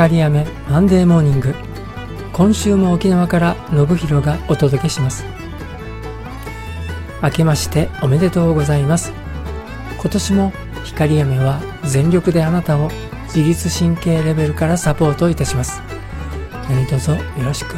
光雨マンデーモーニング。今週も沖縄から信弘がお届けします。明けましておめでとうございます。今年も光雨は全力であなたを自律神経レベルからサポートいたします。何卒よろしく。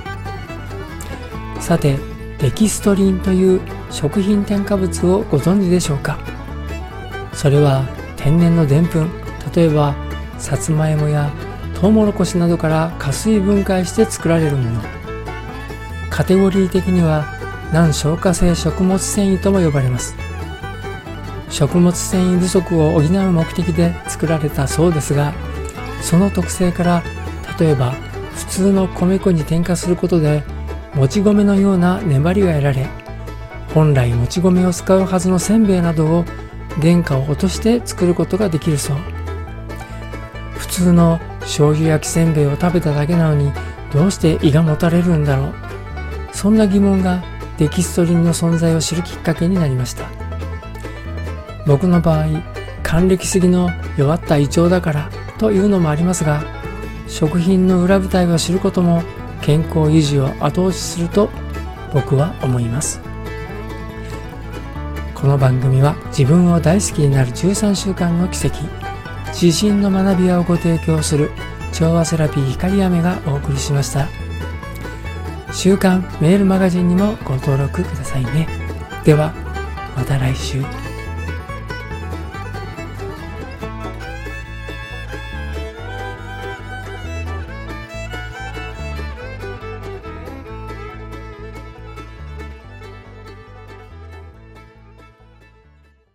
さて、デキストリンという食品添加物をご存知でしょうか。それは天然のでんぷん、例えばさつまいもやトウモロコシなどから加水分解して作られるもの。カテゴリー的には難消化性食物繊維とも呼ばれます。食物繊維不足を補う目的で作られたそうですが、その特性から例えば普通の米粉に添加することでもち米のような粘りが得られ、本来もち米を使うはずのせんべいなどを原価を落として作ることができるそう。普通の醤油焼きせんべいを食べただけなのにどうして胃がもたれるんだろう。そんな疑問がデキストリンの存在を知るきっかけになりました。僕の場合、還暦すぎの弱った胃腸だからというのもありますが、食品の裏舞台を知ることも健康維持を後押しすると僕は思います。この番組は自分を大好きになる13週間の奇跡、自信の学び屋をご提供する調和セラピー光雨がお送りしました。週刊メールマガジンにもご登録くださいね。ではまた来週。